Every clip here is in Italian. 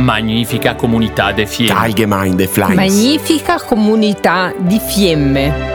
Magnifica comunità de Fiemme. Allgemeine Fleiß. Magnifica comunità di Fiemme.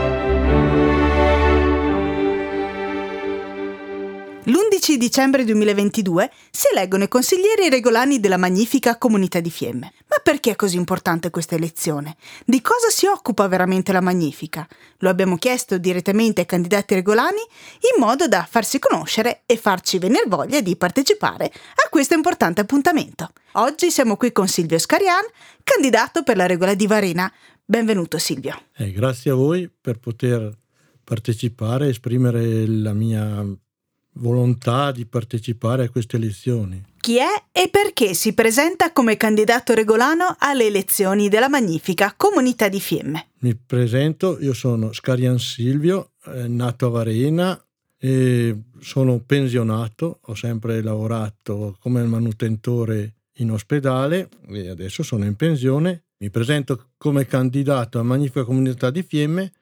L'11 dicembre 2022 si eleggono i consiglieri regolani della Magnifica Comunità di Fiemme. Ma perché è così importante questa elezione? Di cosa si occupa veramente la Magnifica? Lo abbiamo chiesto direttamente ai candidati regolani in modo da farsi conoscere e farci venire voglia di partecipare a questo importante appuntamento. Oggi siamo qui con Silvio Scarian, candidato per la regola di Varena. Benvenuto Silvio. Grazie a voi per poter partecipare e esprimere la mia volontà di partecipare a queste elezioni. Chi è e perché si presenta come candidato regolano alle elezioni della Magnifica Comunità di Fiemme? Mi presento, io sono Scarian Silvio, nato a Varena e sono pensionato, ho sempre lavorato come manutentore in ospedale e adesso sono in pensione. Mi presento come candidato a Magnifica Comunità di Fiemme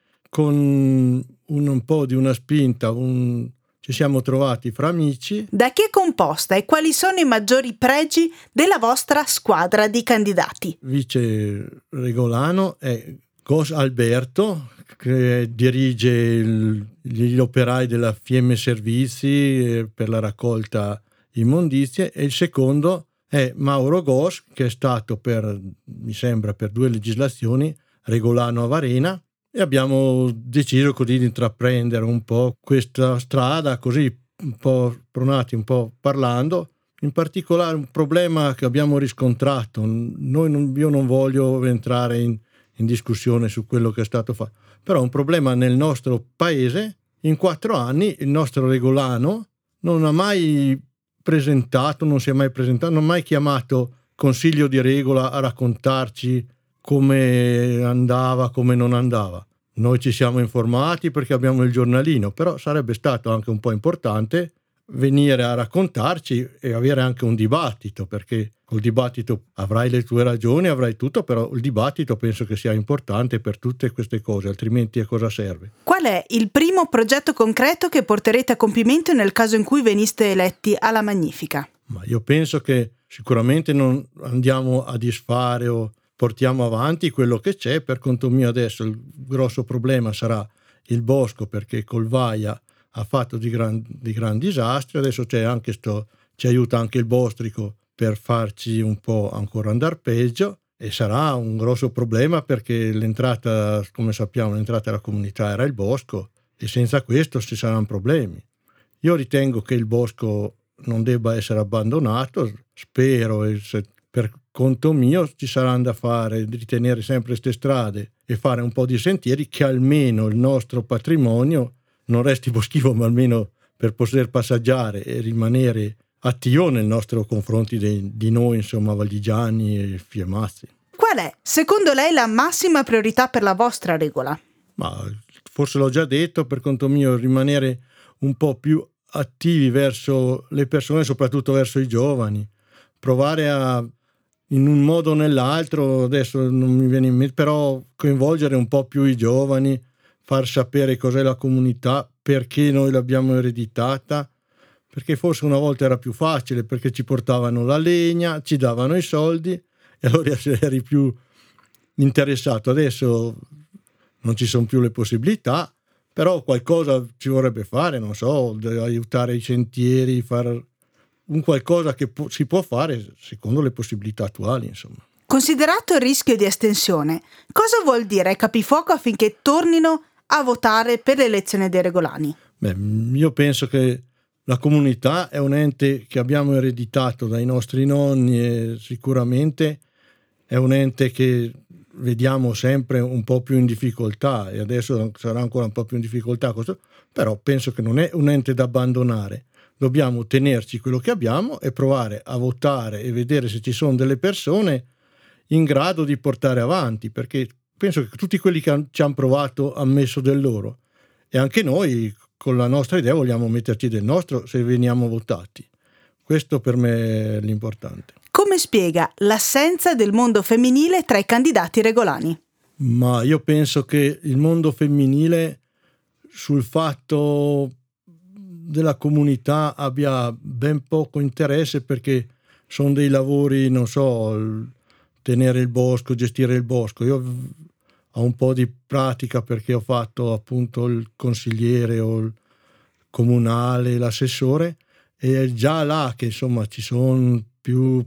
con un po' di una spinta, ci siamo trovati fra amici. Da chi è composta e quali sono i maggiori pregi della vostra squadra di candidati? Vice regolano è Gos Alberto, che dirige gli operai della Fiemme Servizi per la raccolta immondizie, e il secondo è Mauro Gos, che è stato mi sembra per 2 legislazioni regolano a Varena. E abbiamo deciso così di intraprendere un po' questa strada, così un po' pronati, un po' parlando. In particolare un problema che abbiamo riscontrato, io non voglio entrare in discussione su quello che è stato fatto, però un problema nel nostro paese: in 4 anni il nostro regolano non ha mai presentato, non si è mai presentato, non ha mai chiamato consiglio di regola a raccontarci come andava, come non andava. Noi ci siamo informati perché abbiamo il giornalino, però sarebbe stato anche un po' importante venire a raccontarci e avere anche un dibattito, perché col dibattito avrai le tue ragioni, avrai tutto, però il dibattito penso che sia importante per tutte queste cose, altrimenti a cosa serve? Qual è il primo progetto concreto che porterete a compimento nel caso in cui veniste eletti alla Magnifica? Ma io penso che sicuramente non andiamo a disfare o portiamo avanti quello che c'è. Per conto mio adesso il grosso problema sarà il bosco, perché col Vaia ha fatto di gran disastri. Adesso ci aiuta anche il bostrico per farci un po' ancora andare peggio, e sarà un grosso problema perché l'entrata, come sappiamo, l'entrata della comunità era il bosco, e senza questo ci saranno problemi. Io ritengo che il bosco non debba essere abbandonato, spero, e per conto mio ci saranno da fare, di ritenere sempre queste strade e fare un po' di sentieri, che almeno il nostro patrimonio non resti boschivo, ma almeno per poter passeggiare e rimanere attivo nel nostro confronti di noi, insomma, valdigiani e fiemazzi. Qual è, secondo lei, la massima priorità per la vostra regola? Ma forse l'ho già detto, per conto mio rimanere un po' più attivi verso le persone, soprattutto verso i giovani, provare in un modo o nell'altro, adesso non mi viene in mente, però coinvolgere un po' più i giovani, far sapere cos'è la comunità, perché noi l'abbiamo ereditata, perché forse una volta era più facile, perché ci portavano la legna, ci davano i soldi e allora eri più interessato. Adesso non ci sono più le possibilità, però qualcosa ci vorrebbe fare, non so, aiutare i sentieri, fare un qualcosa che si può fare secondo le possibilità attuali, insomma. Considerato il rischio di estensione, cosa vuol dire ai capifuoco affinché tornino a votare per l'elezione dei regolani? Io penso che la comunità è un ente che abbiamo ereditato dai nostri nonni, e sicuramente è un ente che vediamo sempre un po' più in difficoltà, e adesso sarà ancora un po' più in difficoltà, però penso che non è un ente da abbandonare. Dobbiamo tenerci quello che abbiamo e provare a votare e vedere se ci sono delle persone in grado di portare avanti, perché penso che tutti quelli che ci hanno provato hanno messo del loro, e anche noi con la nostra idea vogliamo metterci del nostro se veniamo votati. Questo per me è l'importante. Come spiega l'assenza del mondo femminile tra i candidati regolani? Ma io penso che il mondo femminile sul fatto della comunità abbia ben poco interesse, perché sono dei lavori, non so, tenere il bosco, gestire il bosco. Io ho un po' di pratica perché ho fatto appunto il consigliere o il comunale, l'assessore, e è già là che insomma ci sono più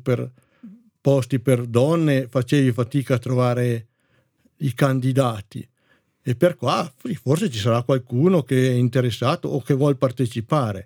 posti per donne, facevi fatica a trovare i candidati, e per qua forse ci sarà qualcuno che è interessato o che vuol partecipare.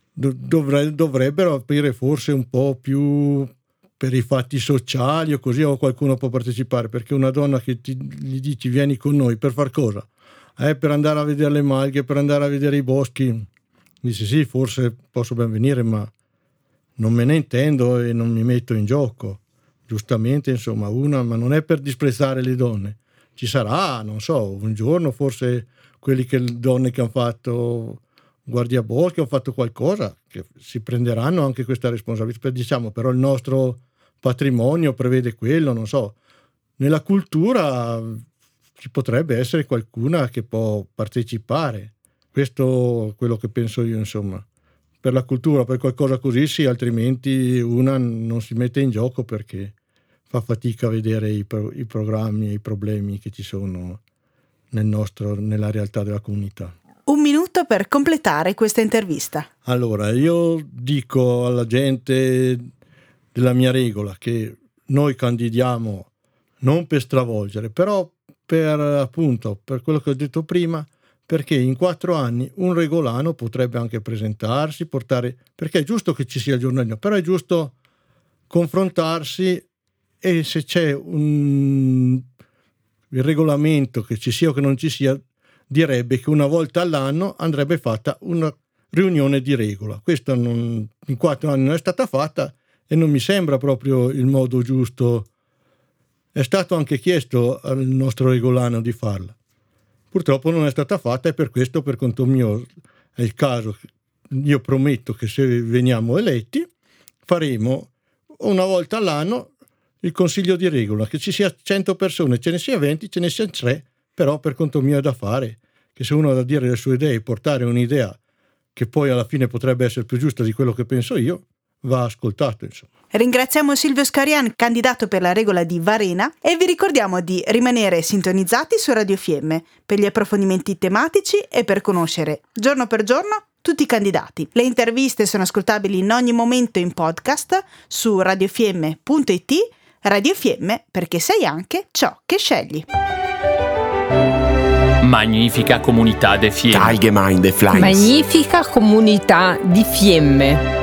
Dovrebbero aprire forse un po' più per i fatti sociali o così, o qualcuno può partecipare, perché una donna che gli dici vieni con noi per far cosa? Per andare a vedere le malghe, per andare a vedere i boschi. Dice sì, forse posso ben venire, ma non me ne intendo e non mi metto in gioco. Giustamente, insomma, ma non è per disprezzare le donne. Ci sarà, non so, un giorno forse donne che hanno fatto guardiaboschi, hanno fatto qualcosa, che si prenderanno anche questa responsabilità. Diciamo, però il nostro patrimonio prevede quello, non so. Nella cultura ci potrebbe essere qualcuna che può partecipare. Questo è quello che penso io, insomma. Per la cultura, per qualcosa così sì, altrimenti una non si mette in gioco perché fa fatica a vedere i programmi e i problemi che ci sono nella realtà della comunità. 1 minuto per completare questa intervista. Allora, io dico alla gente della mia regola che noi candidiamo non per stravolgere, però per quello che ho detto prima, perché in 4 anni un regolano potrebbe anche presentarsi, perché è giusto che ci sia il giornalino, però è giusto confrontarsi, e se c'è il regolamento, che ci sia o che non ci sia, direbbe che una volta all'anno andrebbe fatta una riunione di regola. Questa in 4 anni non è stata fatta e non mi sembra proprio il modo giusto. È stato anche chiesto al nostro regolano di farla. Purtroppo non è stata fatta, e per questo, per conto mio, è il caso. Io prometto che se veniamo eletti faremo una volta all'anno il consiglio di regola, che ci sia 100 persone, ce ne sia 20, ce ne sia 3, però per conto mio è da fare, che se uno ha da dire le sue idee e portare un'idea che poi alla fine potrebbe essere più giusta di quello che penso io, va ascoltato, insomma. Ringraziamo Silvio Scarian, candidato per la regola di Varena, e vi ricordiamo di rimanere sintonizzati su Radio Fiemme per gli approfondimenti tematici e per conoscere giorno per giorno tutti i candidati. Le interviste sono ascoltabili in ogni momento in podcast su radiofiemme.it. Radio Fiemme, perché sei anche ciò che scegli. Magnifica comunità de Fiemme. Magnifica comunità di Fiemme.